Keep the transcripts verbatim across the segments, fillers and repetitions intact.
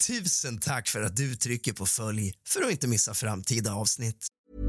Tusen tack för att du trycker på följ för att inte missa framtida avsnitt.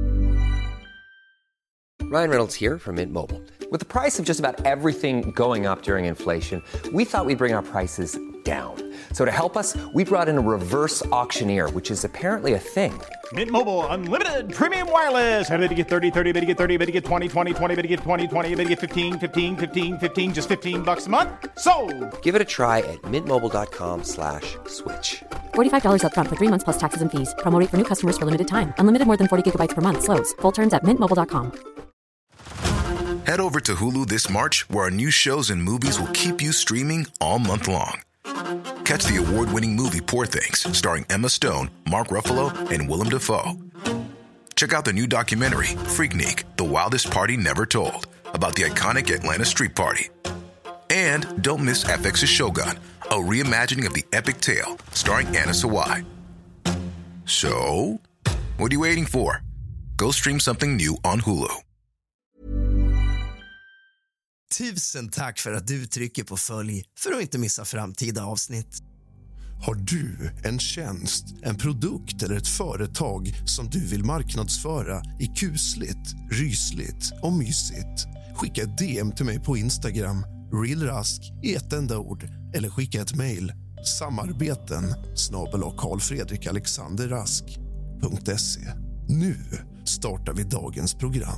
Ryan Reynolds here from Mint Mobile. With the price of just about everything going up during inflation, we thought we'd bring our prices down. So to help us, we brought in a reverse auctioneer, which is apparently a thing. Mint Mobile Unlimited Premium Wireless. How to get thirty, thirty, how to get thirty, how to get twenty, twenty, twenty, how to get twenty, twenty, how to get fifteen, fifteen, fifteen, fifteen, just fifteen bucks a month? Sold! Give it a try at mintmobile.com slash switch. forty-five dollars up front for three months plus taxes and fees. Promo rate for new customers for limited time. Unlimited more than forty gigabytes per month. Slows full terms at mint mobile dot com. Head over to Hulu this March, where our new shows and movies will keep you streaming all month long. Catch the award-winning movie Poor Things, starring Emma Stone, Mark Ruffalo, and Willem Dafoe. Check out the new documentary, Freaknik, The Wildest Party Never Told, about the iconic Atlanta street party. And don't miss F X's Shogun, a reimagining of the epic tale, starring Anna Sawai. So, what are you waiting for? Go stream something new on Hulu. Tusen tack för att du trycker på följ för att inte missa framtida avsnitt. Har du en tjänst, en produkt eller ett företag som du vill marknadsföra i kusligt, rysligt och mysigt? Skicka ett D M till mig på Instagram, realrask i ett enda ord, eller skicka ett mejl, samarbeten snabel-a karlfredrikalexanderrask punkt se. Nu startar vi dagens program.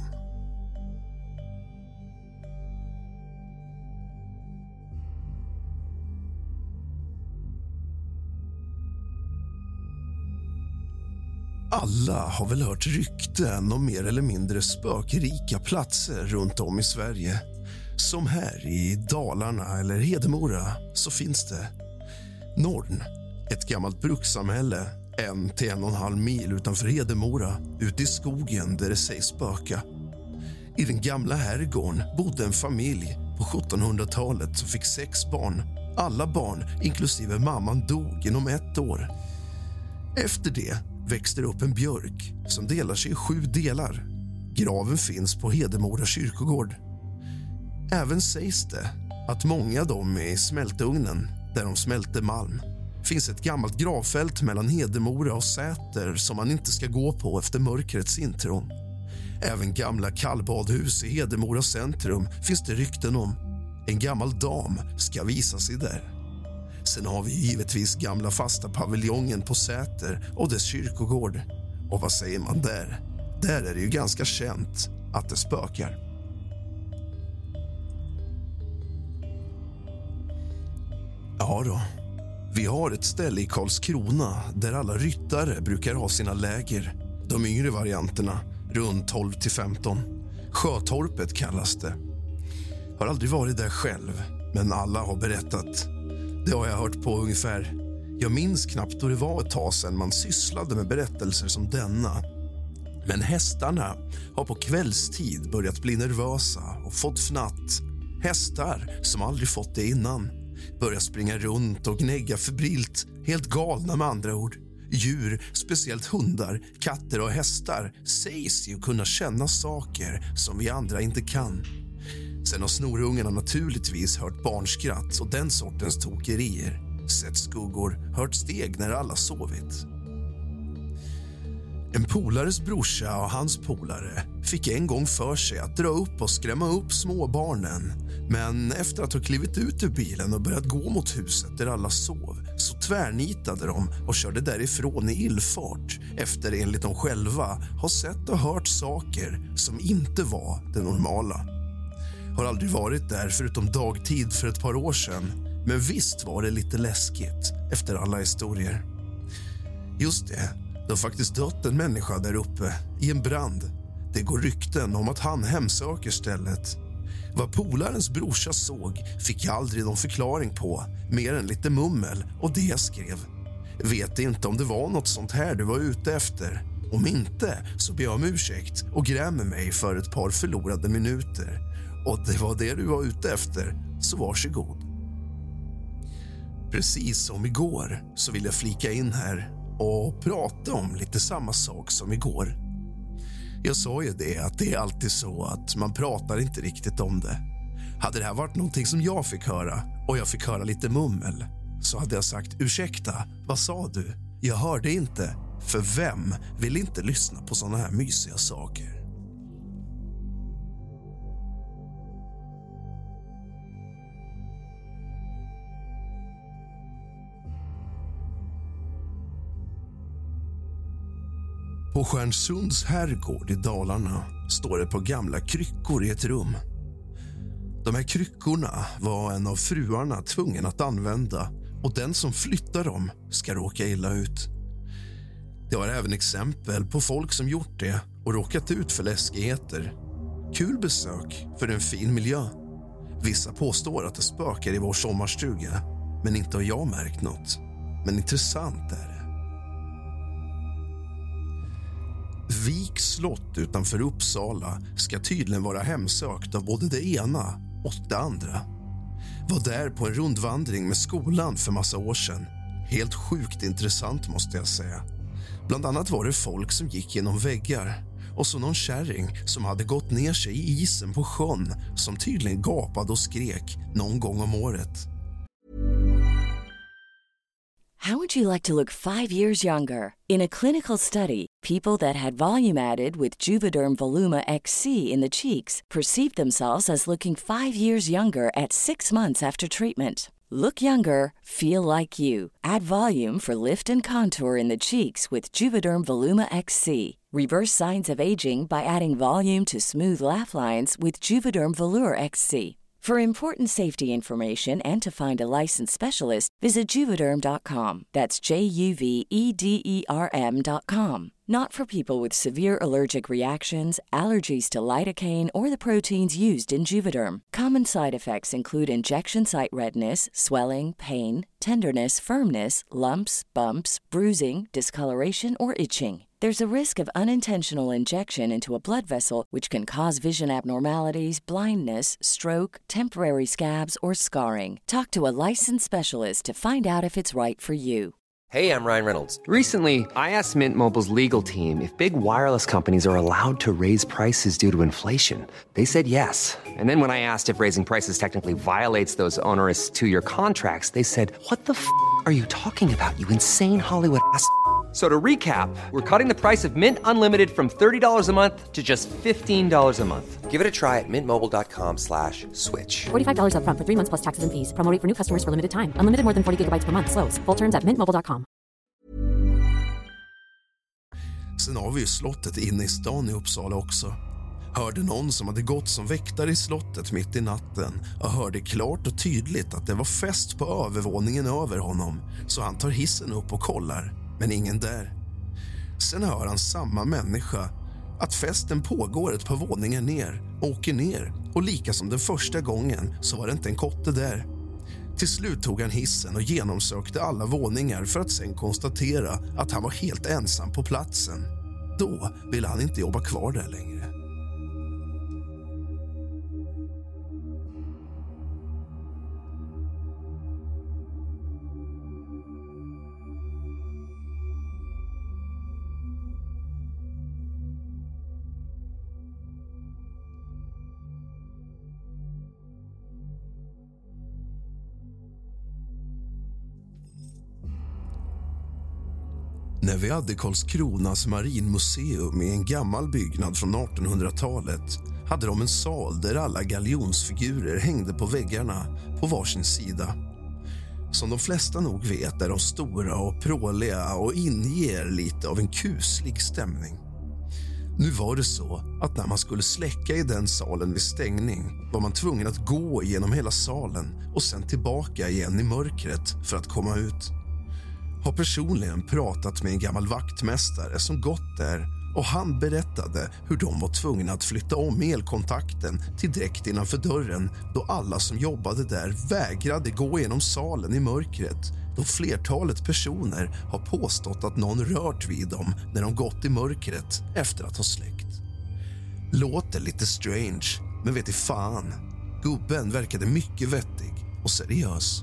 Alla har väl hört rykten om mer eller mindre spökrika platser runt om i Sverige. Som här i Dalarna eller Hedemora så finns det Norrn, ett gammalt brukssamhälle en till en och en halv mil utanför Hedemora, ute i skogen där det sägs spöka. I den gamla herrgården bodde en familj på sjuttonhundratalet som fick sex barn. Alla barn, inklusive mamman, dog inom ett år. Efter det växte det upp en björk som delar sig i sju delar. Graven finns på Hedemora kyrkogård. Även sägs det att många av dem är i smältugnen där de smälte malm. Finns ett gammalt gravfält mellan Hedemora och Säter som man inte ska gå på efter mörkrets intrång. Även gamla kallbadhus i Hedemora centrum finns det rykten om. En gammal dam ska visa sig där. Sen har vi givetvis gamla fasta paviljongen på Säter och dess kyrkogård. Och vad säger man där? Där är det ju ganska känt att det spökar. Ja då, vi har ett ställe i Karlskrona där alla ryttare brukar ha sina läger. De yngre varianterna, runt tolv till femton. Sjötorpet kallas det. Har aldrig varit där själv, men alla har berättat. Det har jag hört på ungefär. Jag minns knappt då det var ett tag sedan man sysslade med berättelser som denna. Men hästarna har på kvällstid börjat bli nervösa och fått fnatt. Hästar som aldrig fått det innan börjar springa runt och gnägga febrilt, helt galna med andra ord. Djur, speciellt hundar, katter och hästar sägs ju kunna känna saker som vi andra inte kan. Sen har snorungarna naturligtvis hört barnskratt och den sortens tokerier. Sett skuggor, hört steg när alla sovit. En polares brorsa och hans polare fick en gång för sig att dra upp och skrämma upp småbarnen. Men efter att ha klivit ut ur bilen och börjat gå mot huset där alla sov så tvärnitade de och körde därifrån i illfart efter enligt dem själva har sett och hört saker som inte var det normala. Har aldrig varit där förutom dagtid för ett par år sedan, men visst var det lite läskigt efter alla historier. Just det, det har faktiskt dött en människa där uppe i en brand. Det går rykten om att han hemsöker stället. Vad polarens brorsa såg fick jag aldrig någon förklaring på, mer än lite mummel, och det jag skrev. Vet inte om det var något sånt här du var ute efter. Om inte så ber jag om ursäkt och grämer mig för ett par förlorade minuter. Och det var det du var ute efter, så varsågod. Precis som igår så vill jag flika in här och prata om lite samma sak som igår. Jag sa ju det att det är alltid så att man pratar inte riktigt om det. Hade det här varit någonting som jag fick höra och jag fick höra lite mummel, så hade jag sagt ursäkta, vad sa du? Jag hörde inte, för vem vill inte lyssna på såna här mysiga saker? På Stjärnsunds herrgård i Dalarna står det på gamla kryckor i ett rum. De här kryckorna var en av fruarna tvungen att använda och den som flyttar dem ska råka illa ut. Det har även exempel på folk som gjort det och råkat ut för läskigheter. Kul besök för en fin miljö. Vissa påstår att det spökar i vår sommarstuga, men inte har jag märkt något. Men intressant är det. Vik slott utanför Uppsala ska tydligen vara hemsökt av både det ena och det andra. Var där på en rundvandring med skolan för massa år sedan. Helt sjukt intressant måste jag säga. Bland annat var det folk som gick genom väggar och så någon kärring som hade gått ner sig i isen på sjön som tydligen gapade och skrek någon gång om året. How would you like to look five years younger? In a clinical study, people that had volume added with Juvederm Voluma X C in the cheeks perceived themselves as looking five years younger at six months after treatment. Look younger, feel like you. Add volume for lift and contour in the cheeks with Juvederm Voluma X C. Reverse signs of aging by adding volume to smooth laugh lines with Juvederm Volure X C. For important safety information and to find a licensed specialist, visit Juvederm dot com. That's J U V E D E R M dot com. Not for people with severe allergic reactions, allergies to lidocaine, or the proteins used in Juvederm. Common side effects include injection site redness, swelling, pain, tenderness, firmness, lumps, bumps, bruising, discoloration, or itching. There's a risk of unintentional injection into a blood vessel, which can cause vision abnormalities, blindness, stroke, temporary scabs, or scarring. Talk to a licensed specialist to find out if it's right for you. Hey, I'm Ryan Reynolds. Recently, I asked Mint Mobile's legal team if big wireless companies are allowed to raise prices due to inflation. They said yes. And then when I asked if raising prices technically violates those onerous two-year contracts, they said, what the f*** are you talking about, you insane Hollywood ass f- So to recap, we're cutting the price of Mint Unlimited from thirty dollars a month to just fifteen dollars a month. Give it a try at mintmobile.com slash switch. forty-five dollars up front for three months plus taxes and fees. Promo rate for new customers for limited time. Unlimited more than forty gigabytes per month. Slows full terms at mint mobile dot com. Sen har vi ju slottet inne i stan i Uppsala också. Hörde någon som hade gått som väktare i slottet mitt i natten och hörde klart och tydligt att det var fest på övervåningen över honom, så han tar hissen upp och kollar, men ingen där. Sen hör han samma människa att festen pågår ett par våningar ner, åker ner, och lika som den första gången så var det inte en kotte där. Till slut tog han hissen och genomsökte alla våningar för att sen konstatera att han var helt ensam på platsen. Då ville han inte jobba kvar där längre. När vi hade Karlskronas marinmuseum i en gammal byggnad från artonhundratalet hade de en sal där alla galjonsfigurer hängde på väggarna på varsin sida. Som de flesta nog vet är de stora och pråliga och inger lite av en kuslig stämning. Nu var det så att när man skulle släcka i den salen vid stängning var man tvungen att gå genom hela salen och sen tillbaka igen i mörkret för att komma ut. Har personligen pratat med en gammal vaktmästare som gått där, och han berättade hur de var tvungna att flytta om elkontakten till direkt innanför dörren då alla som jobbade där vägrade gå genom salen i mörkret, då flertalet personer har påstått att någon rört vid dem när de gått i mörkret efter att ha släckt. Låter lite strange, men vet i fan, gubben verkade mycket vettig och seriös.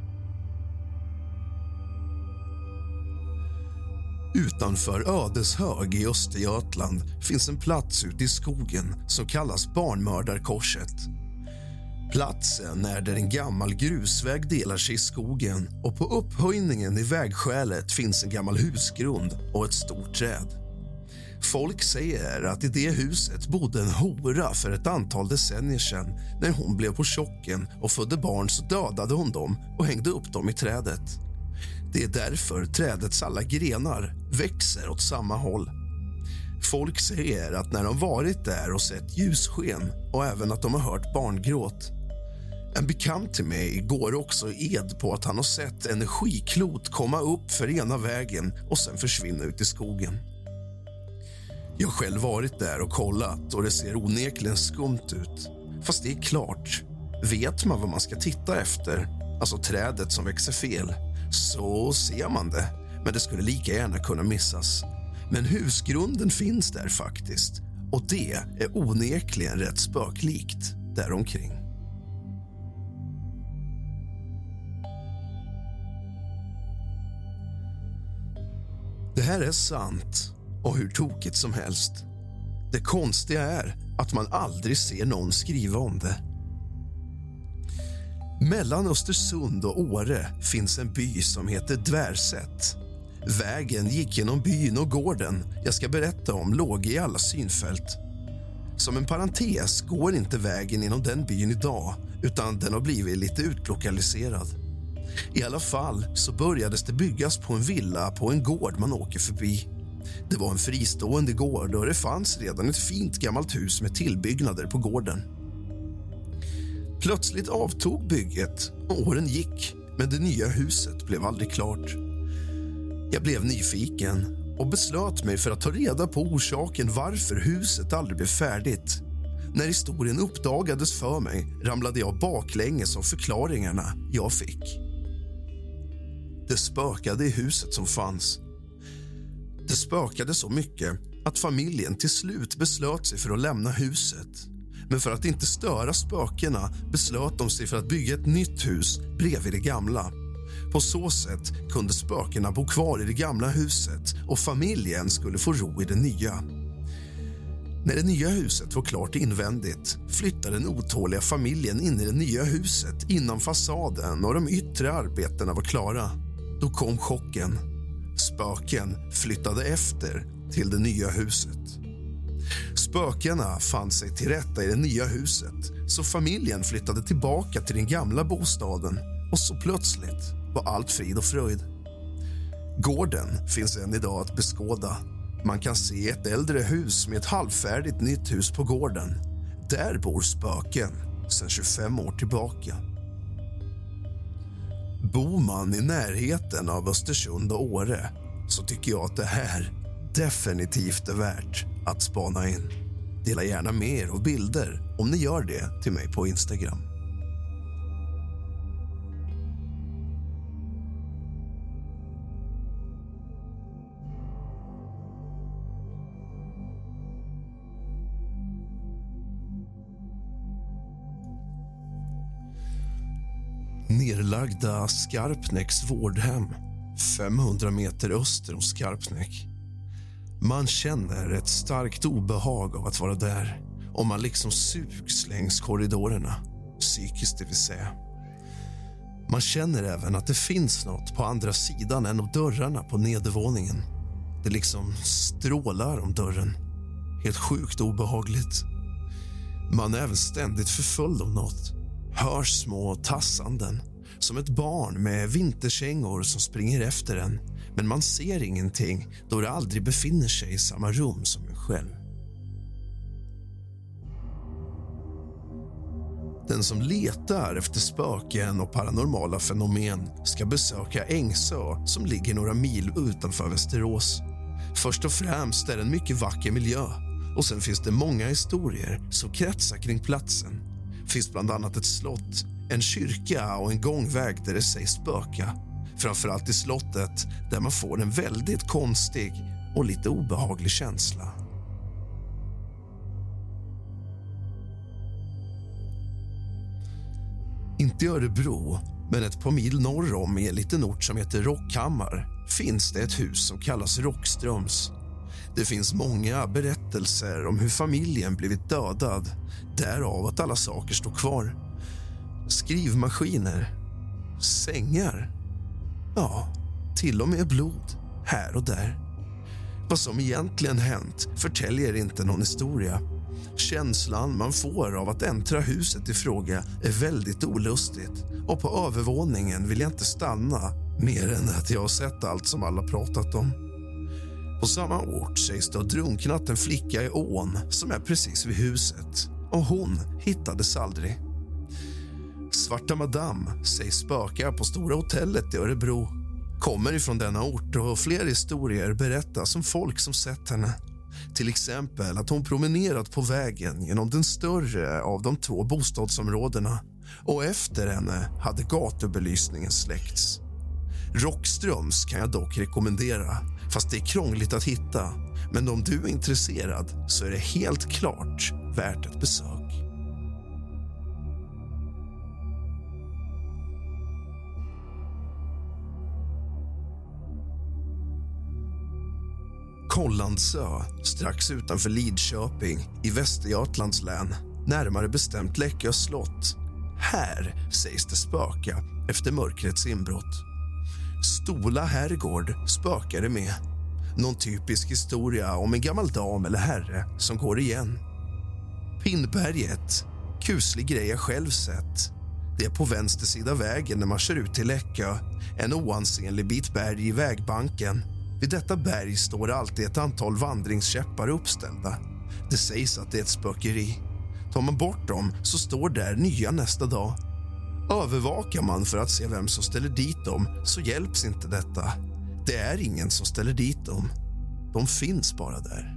Utanför Ödeshög i Östergötland finns en plats ute i skogen som kallas Barnmördarkorset. Platsen är där en gammal grusväg delar sig i skogen och på upphöjningen i vägskälet finns en gammal husgrund och ett stort träd. Folk säger att i det huset bodde en hora för ett antal decennier sedan. När hon blev på tjocken och födde barn så dödade hon dem och hängde upp dem i trädet. Det är därför trädets alla grenar växer åt samma håll. Folk säger att när de varit där och sett ljussken och även att de har hört barngråt. En bekant till mig går också ed på att han har sett energiklot komma upp för ena vägen och sen försvinna ut i skogen. Jag har själv varit där och kollat och det ser onekligen skumt ut. Fast det är klart, vet man vad man ska titta efter, alltså trädet som växer fel, så ser man det. Men det skulle lika gärna kunna missas. Men husgrunden finns där faktiskt. Och det är onekligen rätt spöklikt däromkring. Det här är sant och hur tokigt som helst. Det konstiga är att man aldrig ser någon skriva om det. Mellan Östersund och Åre finns en by som heter Dvärsätt. Vägen gick genom byn och gården jag ska berätta om låg i alla synfält. Som en parentes går inte vägen genom den byn idag utan den har blivit lite utlokaliserad. I alla fall så börjades det byggas på en villa på en gård man åker förbi. Det var en fristående gård och det fanns redan ett fint gammalt hus med tillbyggnader på gården. Plötsligt avtog bygget och åren gick, men det nya huset blev aldrig klart. Jag blev nyfiken och beslöt mig för att ta reda på orsaken varför huset aldrig blev färdigt. När historien uppdagades för mig ramlade jag baklänges av förklaringarna jag fick. Det spökade i huset som fanns. Det spökade så mycket att familjen till slut beslöt sig för att lämna huset. Men för att inte störa spökena beslöt de sig för att bygga ett nytt hus bredvid det gamla. På så sätt kunde spökena bo kvar i det gamla huset och familjen skulle få ro i det nya. När det nya huset var klart invändigt flyttade den otåliga familjen in i det nya huset innan fasaden och de yttre arbetena var klara. Då kom chocken. Spöken flyttade efter till det nya huset. Spökena fann sig till rätta i det nya huset så familjen flyttade tillbaka till den gamla bostaden och så plötsligt var allt frid och fröjd. Gården finns än idag att beskåda. Man kan se ett äldre hus med ett halvfärdigt nytt hus på gården. Där bor spöken sedan tjugofem år tillbaka. Bor man i närheten av Östersund och Åre så tycker jag att det här definitivt är värt att spana in. Dela gärna med er av bilder om ni gör det till mig på Instagram. Nerlagda Skarpnäcks vårdhem, femhundra meter öster om Skarpnäck. Man känner ett starkt obehag av att vara där och man liksom sugs längs korridorerna, psykiskt det vill säga. Man känner även att det finns något på andra sidan än av dörrarna på nedervåningen. Det liksom strålar om dörren. Helt sjukt obehagligt. Man är även ständigt förföljd av något. Hör små tassanden, som ett barn med vinterkängor som springer efter en. Men man ser ingenting då det aldrig befinner sig i samma rum som en själv. Den som letar efter spöken och paranormala fenomen ska besöka Ängsö som ligger några mil utanför Västerås. Först och främst är det en mycket vacker miljö och sen finns det många historier som kretsar kring platsen. Finns bland annat ett slott, en kyrka och en gångväg där det sägs spöka. Framförallt i slottet där man får en väldigt konstig och lite obehaglig känsla. Inte i Örebro, men ett par mil norr om i en liten ort som heter Rockhammar finns det ett hus som kallas Rockströms. Det finns många berättelser om hur familjen blivit dödad, därav att alla saker står kvar. skrivmaskiner, sängar. Ja, till och med blod här och där. Vad som egentligen hänt förtäljer inte någon historia. Känslan man får av att äntra huset i fråga är väldigt olustigt, och på övervåningen vill jag inte stanna mer än att jag har sett allt som alla pratat om. På samma ort sägs det ha drunknat en flicka i ån som är precis vid huset, och hon hittades aldrig. Svarta madame sägs spöka på Stora hotellet i Örebro. Kommer ifrån denna ort, och fler historier berättas om folk som sett henne. Till exempel att hon promenerat på vägen genom den större av de två bostadsområdena, och efter henne hade gatubelysningen släckts. Rockströms kan jag dock rekommendera, fast det är krångligt att hitta. Men om du är intresserad så är det helt klart värt ett besök. Kållandsö, strax utanför Lidköping i Västergötlands län, närmare bestämt Läckö slott. Här sägs det spöka efter mörkrets inbrott. Stola herrgård spökar det med. Någon typisk historia om en gammal dam eller herre som går igen. Pinnberget, kuslig grej jag själv sett. Det är på vänster sida vägen när man kör ut till Läckö, en oansenlig bit berg i vägbanken. Vid detta berg står det alltid ett antal vandringskäppar uppställda. Det sägs att det är ett spökeri. Tar man bort dem så står där nya nästa dag. Övervakar man för att se vem som ställer dit dem så hjälps inte detta. Det är ingen som ställer dit dem. De finns bara där.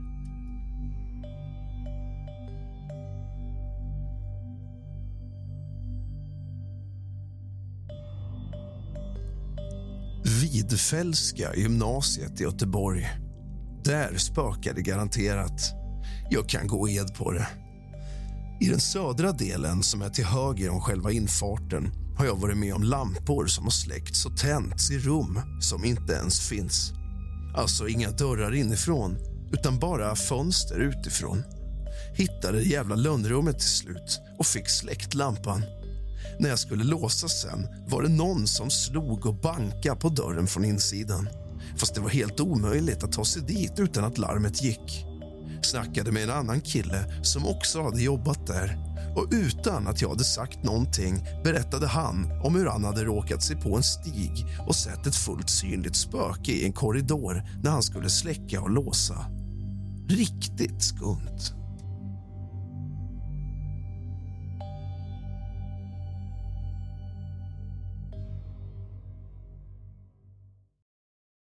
Vidfällska gymnasiet i Göteborg. Där spökar det garanterat. Jag kan gå ed på det. I den södra delen, som är till höger om själva infarten, har jag varit med om lampor som har släckts och tänts i rum som inte ens finns. Alltså inga dörrar inifrån, utan bara fönster utifrån. Hittade det jävla lönnrummet till slut och fick släckt lampan. När jag skulle låsa sen var det någon som slog och bankade på dörren från insidan. Fast det var helt omöjligt att ta sig dit utan att larmet gick. Snackade med en annan kille som också hade jobbat där, och utan att jag hade sagt någonting berättade han om hur han hade råkat sig på en stig och sett ett fullt synligt spöke i en korridor när han skulle släcka och låsa. Riktigt skumt.